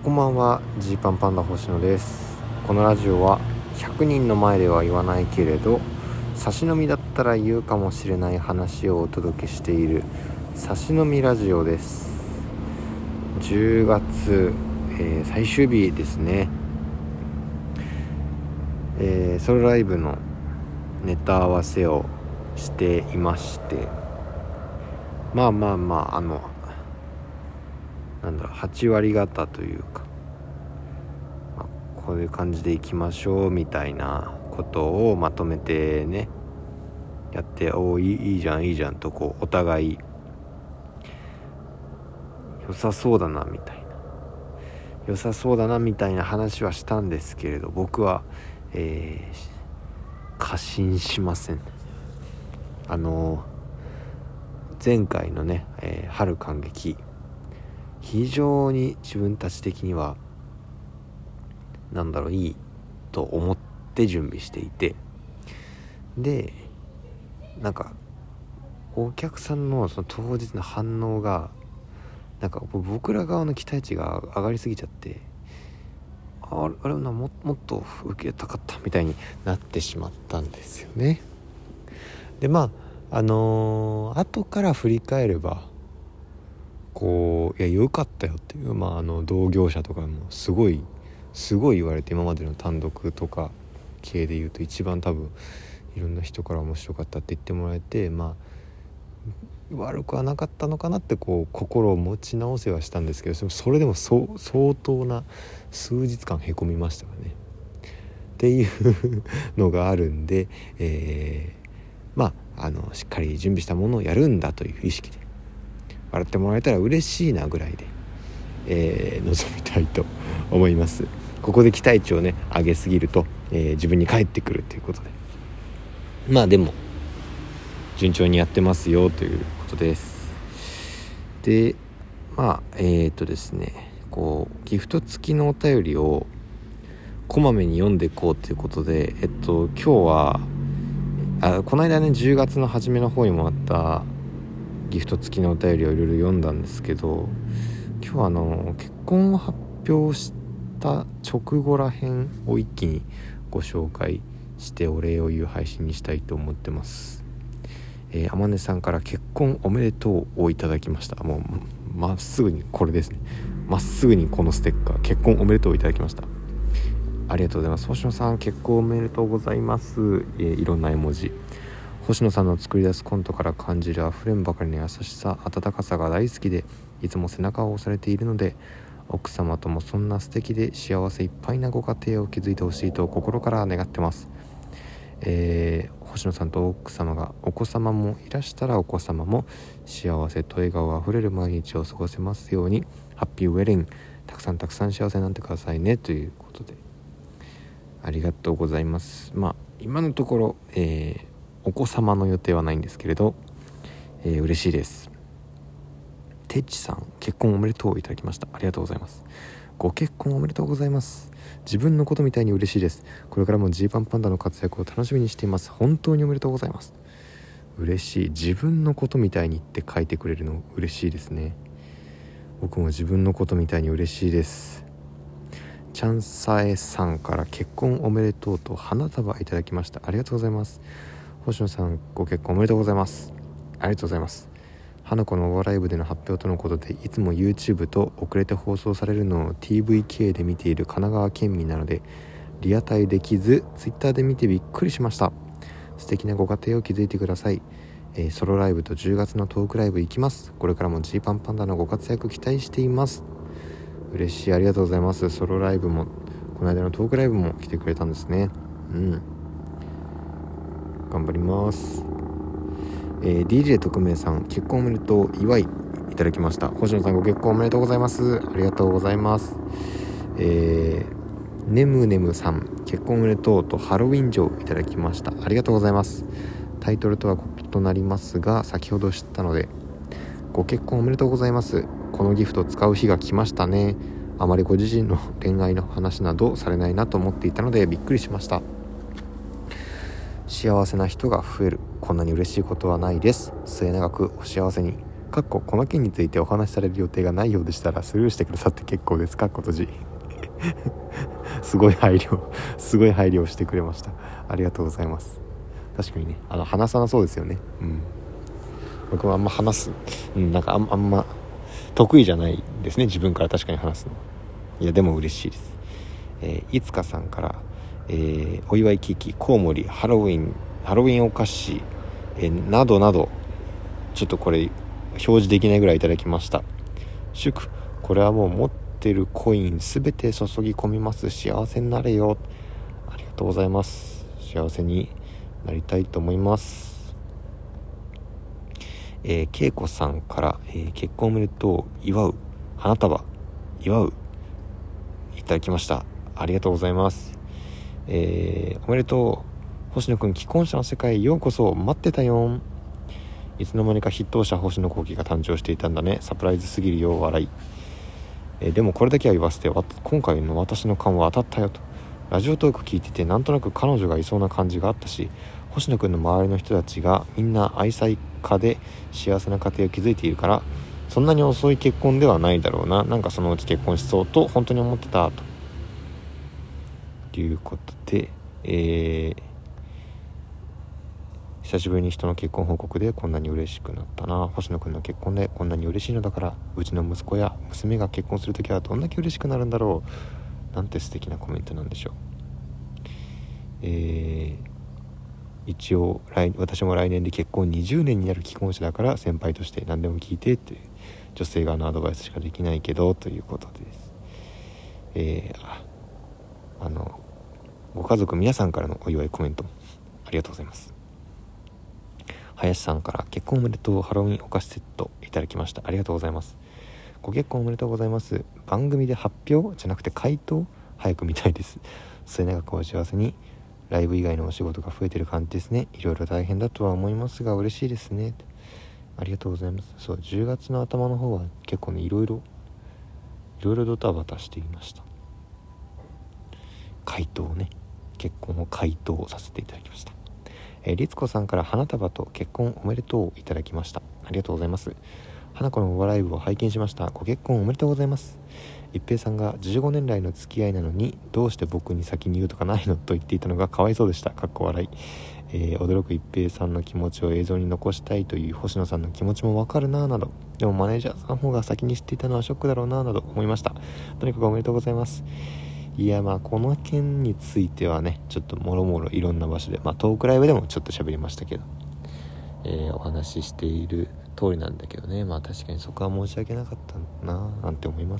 こんばんは、ジーパンパンダ星野です。このラジオは100人の前では言わないけれど差し飲みだったら言うかもしれない話をお届けしている差し飲みラジオです。10月、最終日ですね。ソロライブのネタ合わせをしていまして、8割方というか、こういう感じでいきましょうみたいなことをまとめてねやって、いいじゃんとこうお互い良さそうだなみたいな話はしたんですけれど、僕は、過信しません。前回のね、春感激、非常に自分たち的にはいいと思って準備していて、でお客さんのその当日の反応が僕ら側の期待値が上がりすぎちゃって、あれもっと受けたかったみたいになってしまったんですよね。で後から振り返れば良かったよっていう、同業者とかもすごい言われて、今までの単独とか系で言うと一番多分いろんな人から面白かったって言ってもらえて、悪くはなかったのかなって心を持ち直せはしたんですけど、それでも相当な数日間へこみましたからねっていうのがあるんで、しっかり準備したものをやるんだという意識で笑ってもらえたら嬉しいなぐらいで、臨みたいと思います。ここで期待値をね上げすぎると、自分に返ってくるということで、でも順調にやってますよということです。でですね、ギフト付きのお便りをこまめに読んでいこうということで、今日はこの間ね10月の初めの方にもあったギフト付きのお便りをいろいろ読んだんですけど、今日は結婚を発表した直後らへんを一気にご紹介してお礼を言う配信にしたいと思ってます。あまねさんから結婚おめでとうをいただきました。もうまっすぐにこれですね、まっすぐにこのステッカー結婚おめでとうをいただきました。ありがとうございます。星野さん結婚おめでとうございます。いろんな絵文字。星野さんの作り出すコントから感じるあふれんばかりの優しさ、温かさが大好きで、いつも背中を押されているので、奥様ともそんな素敵で幸せいっぱいなご家庭を築いてほしいと心から願ってます。星野さんと奥様がお子様もいらしたら、お子様も幸せと笑顔あふれる毎日を過ごせますように。ハッピーウェディング、たくさん幸せになってくださいねということで、ありがとうございます。今のところ、お子様の予定はないんですけれど、嬉しいです。てっちさん結婚おめでとういただきました。ありがとうございます。ご結婚おめでとうございます。自分のことみたいに嬉しいです。これからもジーパンパンダの活躍を楽しみにしています。本当におめでとうございます。嬉しい。自分のことみたいにって書いてくれるの嬉しいですね。僕も自分のことみたいに嬉しいです。チャンサエさんから結婚おめでとうと花束いただきました。ありがとうございます。星野さんご結婚おめでとうございます。ありがとうございます。花子のオーライブでの発表とのことで、いつも YouTube と遅れて放送されるのを TVK で見ている神奈川県民なのでリアタイできず Twitter で見てびっくりしました。素敵なご家庭を築いてください。ソロライブと10月のトークライブ行きます。これからもジーパンパンダのご活躍期待しています。嬉しい、ありがとうございます。ソロライブもこの間のトークライブも来てくれたんですね。頑張ります。DJ 特命さん結婚おめでとう祝いいただきました。星野さんご結婚おめでとうございます。ありがとうございます。ねむねむさん結婚おめでとうとハロウィン錠いただきました。ありがとうございます。タイトルとは異なりますが先ほど知ったのでご結婚おめでとうございます。このギフト使う日が来ましたね。あまりご自身の恋愛の話などされないなと思っていたのでびっくりしました。幸せな人が増える、こんなに嬉しいことはないです。末永くお幸せに。 この件についてお話しされる予定がないようでしたらスルーしてくださって結構です。閉じすごい配慮をしてくれました。ありがとうございます。確かにね、話さなそうですよね。僕もあんま話す、なんかあんま得意じゃないですね、自分から確かに話すの。いやでも嬉しいです。いつかさんから、お祝いケーキ、コウモリ、ハロウィンお菓子、などなど、ちょっとこれ表示できないぐらいいただきました。祝、これはもう持ってるコインすべて注ぎ込みます。幸せになれよ。ありがとうございます。幸せになりたいと思います。恵子さんから、結婚おめでとう、祝う、花束、祝う、いただきました。ありがとうございます。おめでとう、星野くん、既婚者の世界へようこそ、待ってたよ。いつの間にか筆頭者星野幸輝が誕生していたんだね。サプライズすぎるよ、笑い。でもこれだけは言わせて、今回の私の勘は当たったよと。ラジオトーク聞いててなんとなく彼女がいそうな感じがあったし、星野くんの周りの人たちがみんな愛妻家で幸せな家庭を築いているから、そんなに遅い結婚ではないだろうな。なんかそのうち結婚しそうと本当に思ってたということで、久しぶりに人の結婚報告でこんなに嬉しくなったな。星野くんの結婚でこんなに嬉しいのだから、うちの息子や娘が結婚するときはどんだけ嬉しくなるんだろう。なんて素敵なコメントなんでしょう。一応私も来年で結婚20年になる既婚者だから、先輩として何でも聞いてっていう女性側のアドバイスしかできないけどということです。ご家族皆さんからのお祝いコメントありがとうございます。林さんから結婚おめでとう、ハロウィンお菓子セットいただきました。ありがとうございます。ご結婚おめでとうございます。番組で発表じゃなくて回答早く見たいです。末永くお幸せに。ライブ以外のお仕事が増えてる感じですね。いろいろ大変だとは思いますが嬉しいですね。ありがとうございます。そう、10月の頭の方は結構ね、いろいろドタバタしていました。回答ね、結婚を回答させていただきました。律子さんから花束と結婚おめでとういただきました。ありがとうございます。花子のお笑い部を拝見しました。ご結婚おめでとうございます。一平さんが15年来の付き合いなのにどうして僕に先に言うとかないのと言っていたのがかわいそうでした。かっこ笑い。驚く一平さんの気持ちを映像に残したいという星野さんの気持ちもわかるなぁなど、でもマネージャーさんの方が先に知っていたのはショックだろうなぁなど思いました。とにかくおめでとうございます。いや、この件についてはね、ちょっともろもろいろんな場所で、トークライブでもちょっと喋りましたけど、お話ししている通りなんだけどね、確かにそこは申し訳なかったななんて思います。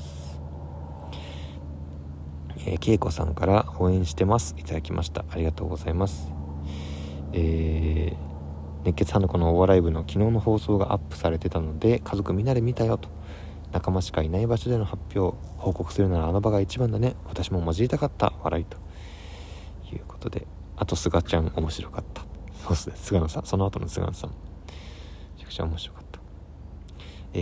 恵子さんから応援してますいただきました。ありがとうございます。熱血花子のお笑い部の昨日の放送がアップされてたので家族みんなで見たよと。仲間しかいない場所での発表報告するならあの場が一番だね。私も交えたかった笑いということで、あと菅ちゃん面白かった。そうですね、菅野さん、その後の菅野さんめちゃくちゃ面白かった。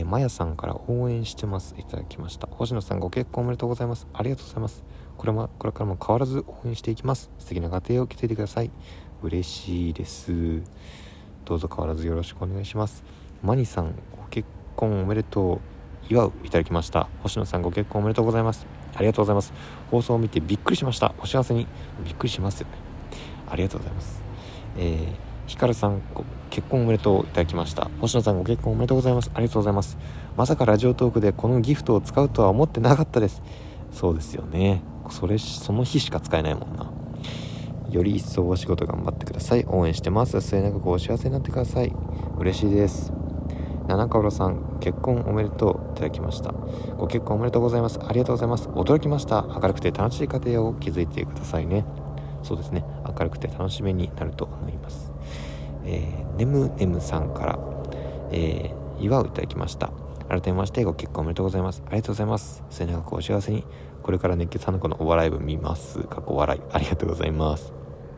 まやさんから応援してますいただきました。星野さんご結婚おめでとうございます。ありがとうございます。これからも変わらず応援していきます。素敵な家庭を築いてください。嬉しいです。どうぞ変わらずよろしくお願いします。マニさんご結婚おめでとう、祝ういただきました。星野さんご結婚おめでとうございます。ありがとうございます。放送を見てびっくりしました。お幸せに。びっくりしますよね。ありがとうございます。ひかるさんご結婚おめでとういただきました。星野さんご結婚おめでとうございます。ありがとうございます。まさかラジオトークでこのギフトを使うとは思ってなかったです。そうですよね、その日しか使えないもんな。より一層お仕事頑張ってください。応援してます。末永くお幸せになってください。嬉しいです。七川さん結婚おめでとういただきました。ご結婚おめでとうございます。ありがとうございます。驚きました。明るくて楽しい家庭を築いてくださいね。そうですね、明るくて楽しみになると思います。ねむさんから、祝ういただきました。改めましてご結婚おめでとうございます。ありがとうございます。末永くお幸せに。これから熱血花子のお笑い部見ます。過去笑い。ありがとうございます。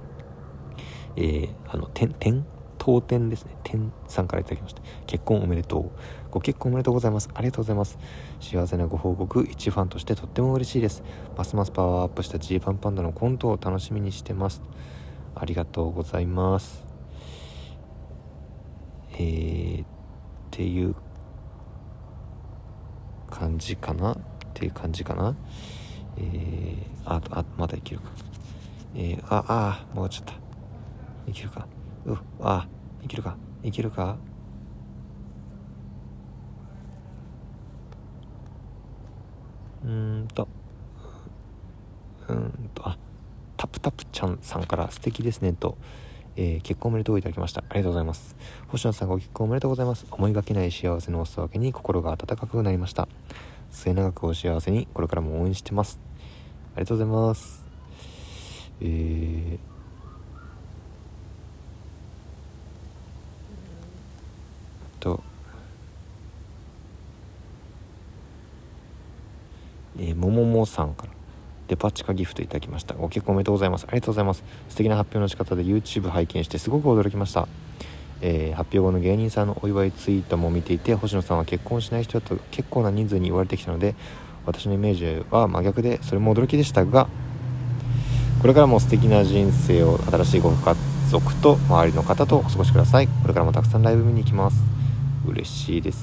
当店ですね、天さんからいただきました。結婚おめでとう。ご結婚おめでとうございます。ありがとうございます。幸せなご報告、一ファンとしてとっても嬉しいです。ますますパワーアップしたジーパンパンダのコントを楽しみにしてます。ありがとうございます。っていう感じかな。まだいけるか。もうちょっといけるか。いけるか。タプタプちゃんさんから素敵ですねと、結婚おめでとういただきました。ありがとうございます。星野さんご結婚おめでとうございます。思いがけない幸せのお裾分けに心が温かくなりました。末永くお幸せに、これからも応援してます。ありがとうございます。もももさんからデパ地下ギフトいただきました。ご結婚おめでとうございます。ありがとうございます。素敵な発表の仕方で YouTube 拝見してすごく驚きました。発表後の芸人さんのお祝いツイートも見ていて、星野さんは結婚しない人だと結構な人数に言われてきたので、私のイメージは真逆で、それも驚きでしたが、これからも素敵な人生を新しいご家族と周りの方とお過ごしください。これからもたくさんライブ見に行きます。嬉しいです。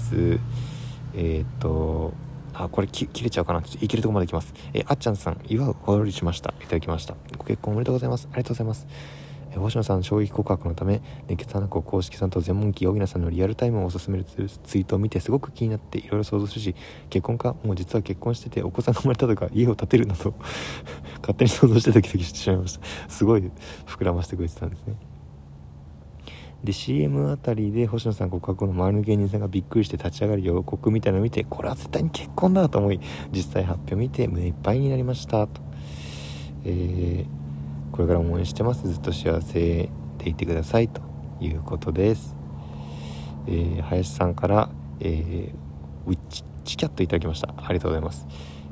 これ切れちゃうかな。いけるとこまでいきます。あっちゃんさん、祝うお料理しました。いただきました。ご結婚おめでとうございます。ありがとうございます。星野さん、衝撃告白のため熱血花子公式さんと全問記荻野さんのリアルタイムをおすすめするツイートを見てすごく気になっていろいろ想像するし、結婚か、もう実は結婚しててお子さんが生まれたとか家を建てるなど勝手に想像してドキドキしてしまいました。すごい膨らましてくれてたんですね。で CM あたりで星野さん告白の周りの芸人さんがびっくりして立ち上がる予告みたいなのを見て、これは絶対に結婚だと思い、実際発表見て胸いっぱいになりましたと。これからも応援してます。ずっと幸せでいてくださいということです。林さんから、ウィッチキャットいただきました。ありがとうございます。